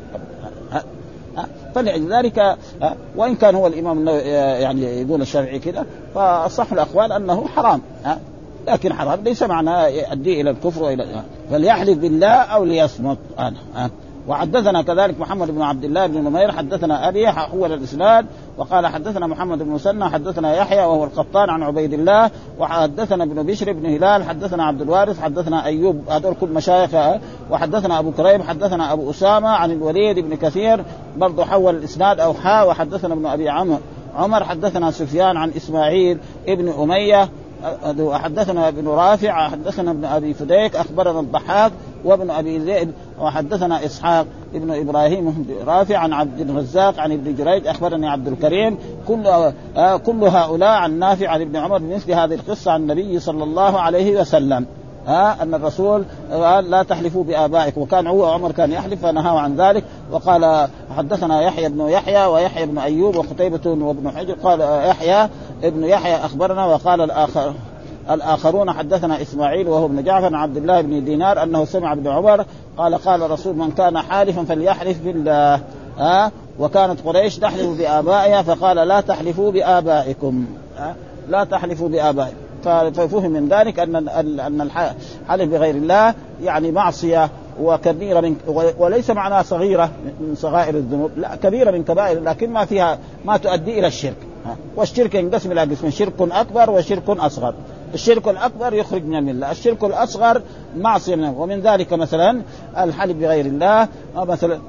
فلذلك وإن كان هو الإمام يعني يقول الشافعي كده، فالصح الأقوال أنه حرام، لكن حرام ليس معناه يؤدي إلى الكفر وإلى، فليحلف بالله أو ليصمت. وحدثنا كذلك محمد بن عبد الله بن نمير حدثنا أبي حول الإسناد وقال حدثنا محمد بن مسنى حدثنا يحيى وهو القطان عن عبيد الله، وحدثنا ابن بشر بن هلال حدثنا عبد الوارث حدثنا أيوب، هذول كل مشايخ. وحدثنا أبو كريم حدثنا أبو أسامة عن الوليد بن كثير برضو حول الإسناد أو حا. وحدثنا ابن أبي عمر عمر حدثنا سفيان عن إسماعيل ابن أمية حدثنا ابن رافع حدثنا ابن أبي فديك أخبرنا الضحاك وابن أبي ذئب. وحدثنا إسحاق ابن إبراهيم رافع عن عبد الرزاق عن ابن جريج أخبرني عبد الكريم كل آه كل هؤلاء عن نافع عن ابن عمر بمثل هذه القصة عن النبي صلى الله عليه وسلم، ها آه أن الرسول قال لا تحلفوا بآبائكم، وكان هو عمر كان يحلف فنهاه عن ذلك. وقال حدثنا يحيى بن يحيى ويحيى بن أيوب وقتيبة وابن حجر. قال يحيى ابن يحيى أخبرنا. وقال الآخر الآخرون حدثنا إسماعيل وهو ابن جعفر عن عبد الله بن دينار أنه سمع ابن عمر قال قال الرسول من كان حالفا فليحلف بالله، ها. وكانت قريش تحلف بآبائها فقال لا تحلفوا بآبائكم، ها؟ لا تحلفوا بآبائكم. ففهم من ذلك أن أن الحلف بغير الله يعني معصية وكبيرة من، وليس معناها صغيرة من صغائر الذنوب، لا كبيرة من كبائر، لكن ما فيها ما تؤدي إلى الشرك. والشرك ينقسم إلى قسمين، شرك أكبر وشرك أصغر. الشرك الأكبر يخرج من الملة، الشرك الأصغر معصية منه. ومن ذلك مثلا الحلف بغير الله، مثلا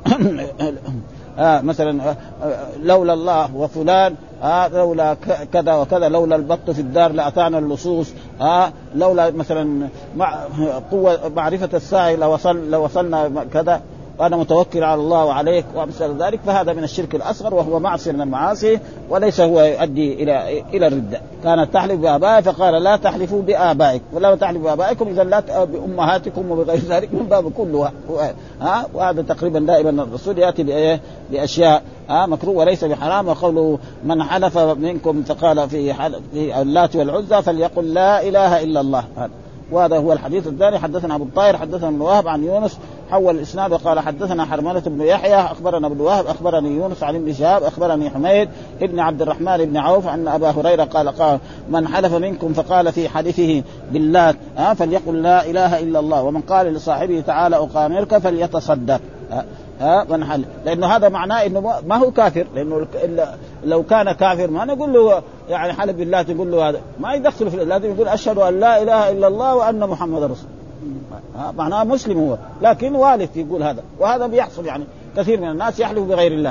آه مثلا آه لولا الله وفلان، آه لولا كذا وكذا، لولا البط في الدار لأتانا اللصوص، آه لولا مثلا مع قوة معرفة الساعة لوصل لوصلنا كذا، وأنا متوكل على الله وعليك وأمثال ذلك. فهذا من الشرك الأصغر وهو معصية من المعاصي وليس هو يؤدي إلى إلى الردة. كانت تحلف بآبائه فقال لا تحلفوا بآبائكم، ولا تحلفوا بآبائكم إذا لا بأمهاتكم وبغير ذلك من باب كلها. ها وهذا تقريبا دائما الرسول يأتي بأشياء ها مكروه وليس بحرام. وقوله من حلف منكم فقال في في اللات والعزى فليقل لا إله إلا الله. وهذا هو الحديث الثاني. حدثنا أبو الطاهر حدثنا ابن وهب عن يونس حول الإسناد وقال حدثنا حرملة بن يحيى أخبرنا ابن وهب أخبرني يونس عن ابن شهاب أخبرني حميد ابن عبد الرحمن بن عوف أن أبا هريرة قال قال من حلف منكم فقال في حديثه باللات فليقل لا إله إلا الله، ومن قال لصاحبه تعالى أقامرك فليتصدق. ها من حل، لأنه هذا معناه إنه ما هو كافر، لأنه لو كان كافر ما نقول له يعني حلف بالله تقول له هذا ما يدخل في، لازم يقول أشهد أن لا إله إلا الله وأن محمد رسول، معناه مسلم هو، لكن والد يقول هذا. وهذا بيحصل يعني كثير من الناس يحلف بغير الله،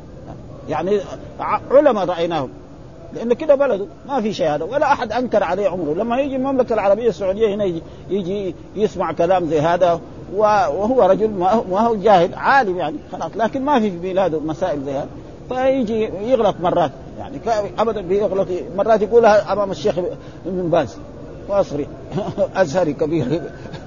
يعني علماء رأيناهم لأن كده بلده ما في شيء هذا ولا أحد أنكر عليه عمره. لما يجي المملكة العربية السعودية هنا يجي, يجي يسمع كلام زي هذا وهو رجل ما هو جاهل عالم يعني خلاص، لكن ما في في بلاده مسائل زي هذا فيجي يغلط مرات، يعني أبدا بيغلط مرات يقولها أمام الشيخ ابن باز واصري أزهري كبير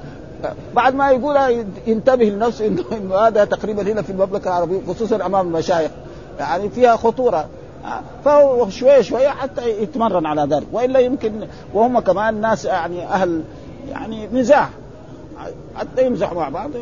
بعد ما يقولها ينتبه لنفسه إنه هذا تقريبا هنا في المملكة العربية خصوصا أمام المشايخ يعني فيها خطورة، فهو شوية شوية حتى يتمرن على ذلك. وإلا يمكن وهم كمان ناس يعني أهل يعني مزاح حتى يمزحوا مع بعض،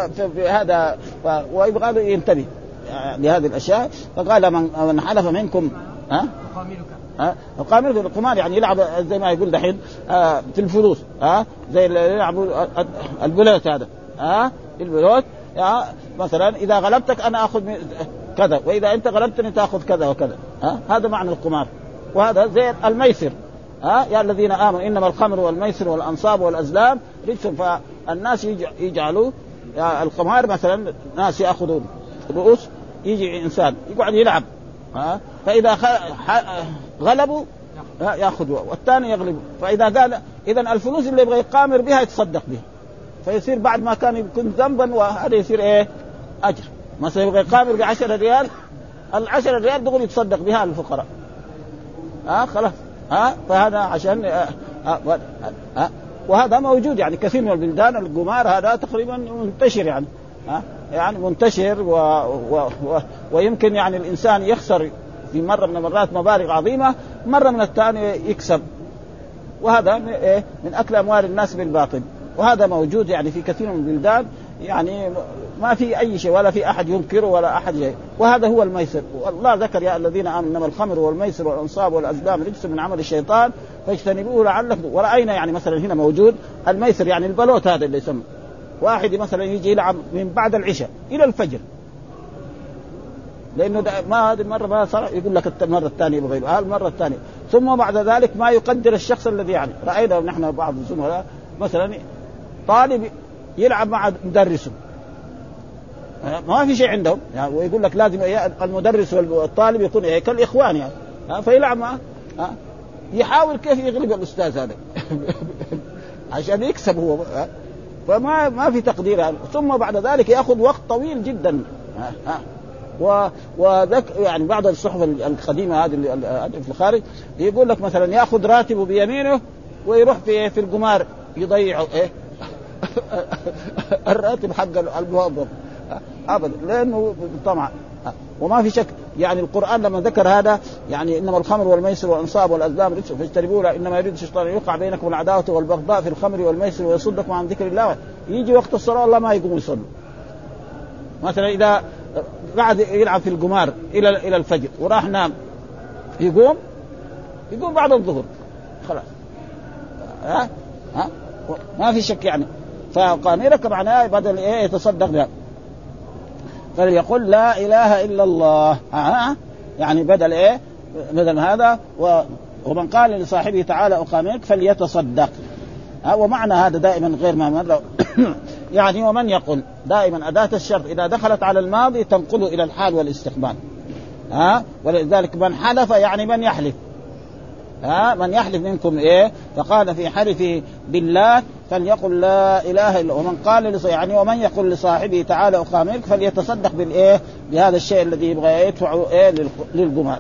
فهذا ويبغى ينتبه لهذه الأشياء. فقال من حلف منكم ها ها القامر في القمار يعني يلعب زي ما يقول دحين في الفلوس، ها زي اللي يلعبوا البلوت هذا، ها البلوت مثلا إذا غلبتك أنا أخذ كذا، وإذا أنت غلبتني تأخذ كذا وكذا. ها هذا معنى القمار. وهذا زي الميسر. ها يا الذين آمنوا إنما الخمر والميسر والأنصاب والأزلام رجس. فالناس يجعلوا القمار مثلا ناس يأخذون رؤوس، يجي إنسان يقعد يلعب، ها فإذا غلبوا يأخذوا والثاني يغلب. فإذا قال إذن الفلوس اللي يبغى يقامر بها يتصدق بها، فيصير بعد ما كان يكون ذنبا وهذا يصير إيه أجر. مثلا يبغى يقامر بعشرة ريال، العشرة ريال دغري يتصدق بها للفقراء. ها خلاص. ها فهذا عشان آه آه آه وهذا موجود يعني كثير من البلدان. القمار هذا تقريبا منتشر يعني ها يعني منتشر و و و ويمكن يعني الإنسان يخسر في مرة من المرات مبالغ عظيمة، مرة من الثاني يكسب، وهذا من أكل أموال الناس بالباطل. وهذا موجود يعني في كثير من البلدان، يعني ما في أي شيء ولا في أحد ينكره ولا أحد شيء. وهذا هو الميسر. والله ذكر يا الذين آمنوا إنما الخمر والميسر والأنصاب والأزلام رجس من عمل الشيطان فاجتنبوه لعلكم. ورأينا يعني مثلا هنا موجود الميسر يعني البلوت هذا اللي يسمى واحد مثلا يجي يلعب من بعد العشاء إلى الفجر، لأنه ما هذه المرة ما صار يقول لك المرة الثانية بغيره، المرة الثانية ثم بعد ذلك ما يقدر الشخص الذي يعني رأينا نحن بعض الزملاء مثلا طالب يلعب مع مدرسه ما في شيء عندهم يعني، ويقول لك لازم المدرس والطالب يكون كالإخوان يعني، فيلعب معه يحاول كيف يغلب الأستاذ هذا عشان يكسب هو، فما ما في تقدير يعني. ثم بعد ذلك يأخذ وقت طويل جدا. و وذك يعني بعض الصحف القديمة هذه اللي في الخارج يقول لك مثلا يأخذ راتبه بيمينه ويروح في في القمار يضيعه إيه الراتب حق الموظف أبدا، لأنه طمع. وما في شك يعني القرآن لما ذكر هذا يعني إنما الخمر والميسر والأنصاب والأزلام رجس فاجتنبوه إنما يريد الشيطان يوقع بينكم العداوة والبغضاء في الخمر والميسر ويصدكم عن ذكر الله. يجي وقت الصلاة الله ما يقوم يصلي. مثلا إذا قعد يلعب في القمار إلى إلى الفجر وراح نام يقوم يقوم بعد الظهر خلاص. ها ها ما في شك يعني. فقامرك معناه بدل إيه يتصدق بها، فليقول لا إله إلا الله. ها يعني بدل إيه بدل هذا. ومن قال لصاحبه تعالى أقامرك فليتصدق. ها ومعنى هذا دائما غير ما مر يعني. ومن يقول دائما أداة الشرط إذا دخلت على الماضي تنقله إلى الحال والاستقبال. ها ولذلك من حلف يعني من يحلف. ها من يحلف منكم إيه فقال في حلفه بالله فليقل لا إله إلا. ومن قال يعني ومن يقول لصاحبه تعالى أقامرك فليتصدق بالإيه بهذا الشيء الذي يبغى يدفعه إيه للقمار.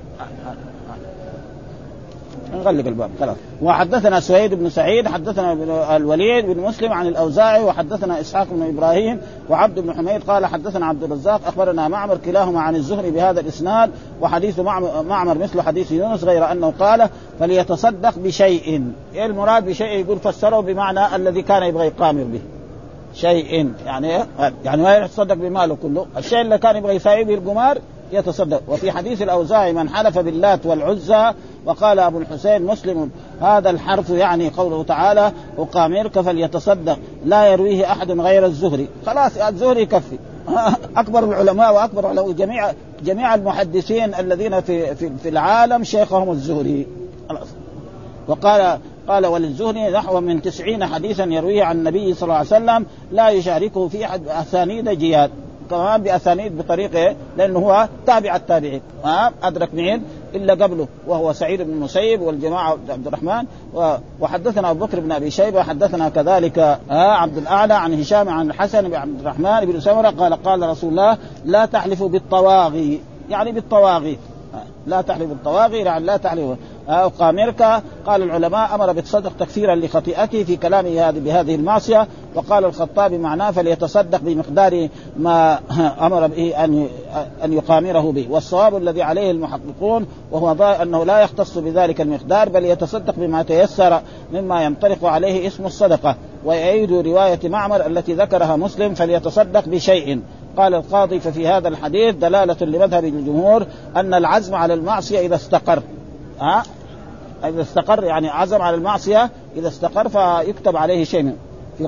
نغلق الباب خلاص. وحدثنا سويد بن سعيد حدثنا الوليد بن مسلم عن الأوزاعي وحدثنا إسحاق بن إبراهيم وعبد بن حميد قال حدثنا عبد الرزاق أخبرنا معمر كلاهما عن الزهري بهذا الإسناد. وحديث معمر مثل حديث يونس غير أنه قال فليتصدق بشيء. إيه المراد بشيء؟ يقول فسره بمعنى الذي كان يبغى يقامر به شيء يعني يعني ما يتصدق بماله كله، الشيء اللي كان يبغى يساوي به القمار يتصدق. وفي حديث الأوزاعي من حلف باللات والعزى. وقال أبو الحسين مسلم هذا الحرف يعني قوله تعالى أقامرك فليتصدق لا يرويه أحد غير الزهري. خلاص الزهري يكفي. أكبر العلماء وأكبر علماء جميع جميع المحدثين الذين في في, في العالم شيخهم الزهري. وقال قال وللزهري نحو من تسعين حديثا يرويه عن النبي صلى الله عليه وسلم لا يشاركه في أحد أسانيد جياد، كمان بأسانيد بطريقه لأنه هو تابع التابعين. أدرك مين إلا قبله وهو سعيد بن المسيب والجماعة عبد الرحمن. وحدثنا أبو بكر بن أبي شيبة حدثنا كذلك عبد الأعلى عن هشام عن الحسن بن عبد الرحمن بن سمرة قال قال رسول الله لا تحلفوا بالطواغي يعني بالطواغي لا تحلف بالطواغي يعني لا تحلف أقامرك. قال العلماء أمر بالصدق تكفيرا لخطيئته في كلامه هذه بهذه المعصية. وقال الخطابي معناه فليتصدق بمقدار ما أمر به أن أن يقامره به. والصواب الذي عليه المحققون وهو أنه لا يختص بذلك المقدار بل يتصدق بما تيسر مما ينطلق عليه اسم الصدقة. ويعيد رواية معمر التي ذكرها مسلم فليتصدق بشيء. قال القاضي ففي هذا الحديث دلالة لمذهب الجمهور أن العزم على المعصية إذا استقر ها إذا استقر يعني عزم على المعصية إذا استقر فيكتب عليه شيء في القلب.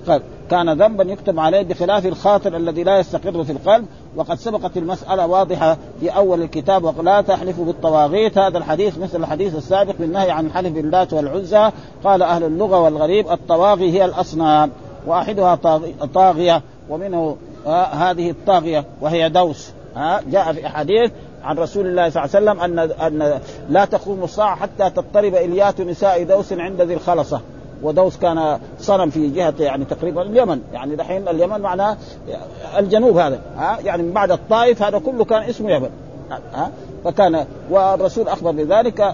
كان ذنبا يكتب عليه بخلاف الخاطر الذي لا يستقر في القلب. وقد سبقت المسألة واضحة في أول الكتاب ولا تحلفوا بالطواغيت. هذا الحديث مثل الحديث السابق بالنهي عن الحلف باللات والعزى. قال أهل اللغة والغريب الطواغي هي الأصنام وأحدها طاغية ومنه آه هذه الطاغية وهي دوس. آه جاء في أحاديث عن رسول الله صلى الله عليه وسلم أن, أن لا تقوم الساعة حتى تضطرب إليات نساء دوس عند ذي الخلصة. ودوس كان صنم في جهة يعني تقريبا اليمن، يعني دحين اليمن معناه الجنوب هذا، ها يعني من بعد الطائف هذا كله كان اسمه يمن، ها فكان والرسول أخبر بذلك.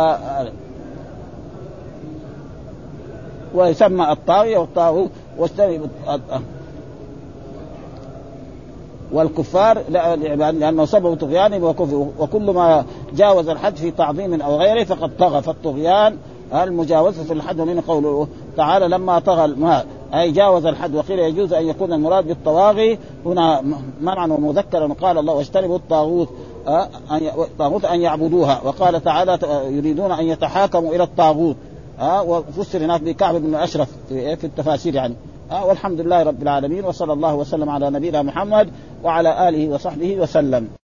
ويسمى الطاغية والطاغوت واجتنب والكفار لأنه سبب طغيان وكفر. وكل ما جاوز الحد في تعظيم أو غيره فقد طغى. فالطغيان المجاوزة في الحد. ومن قوله تعالى لما طغى الماء أي جاوز الحد. وقيل يجوز أن يكون المراد بالطواغي هنا منعا ومذكرا. قال الله واجتنبوا الطاغوت الطاغوت أن يعبدوها. وقال تعالى يريدون أن يتحاكموا إلى الطاغوت. وفسر هناك بكعب بن أشرف في التفاسير يعني. والحمد لله رب العالمين وصلى الله وسلم على نبينا محمد وعلى آله وصحبه وسلم.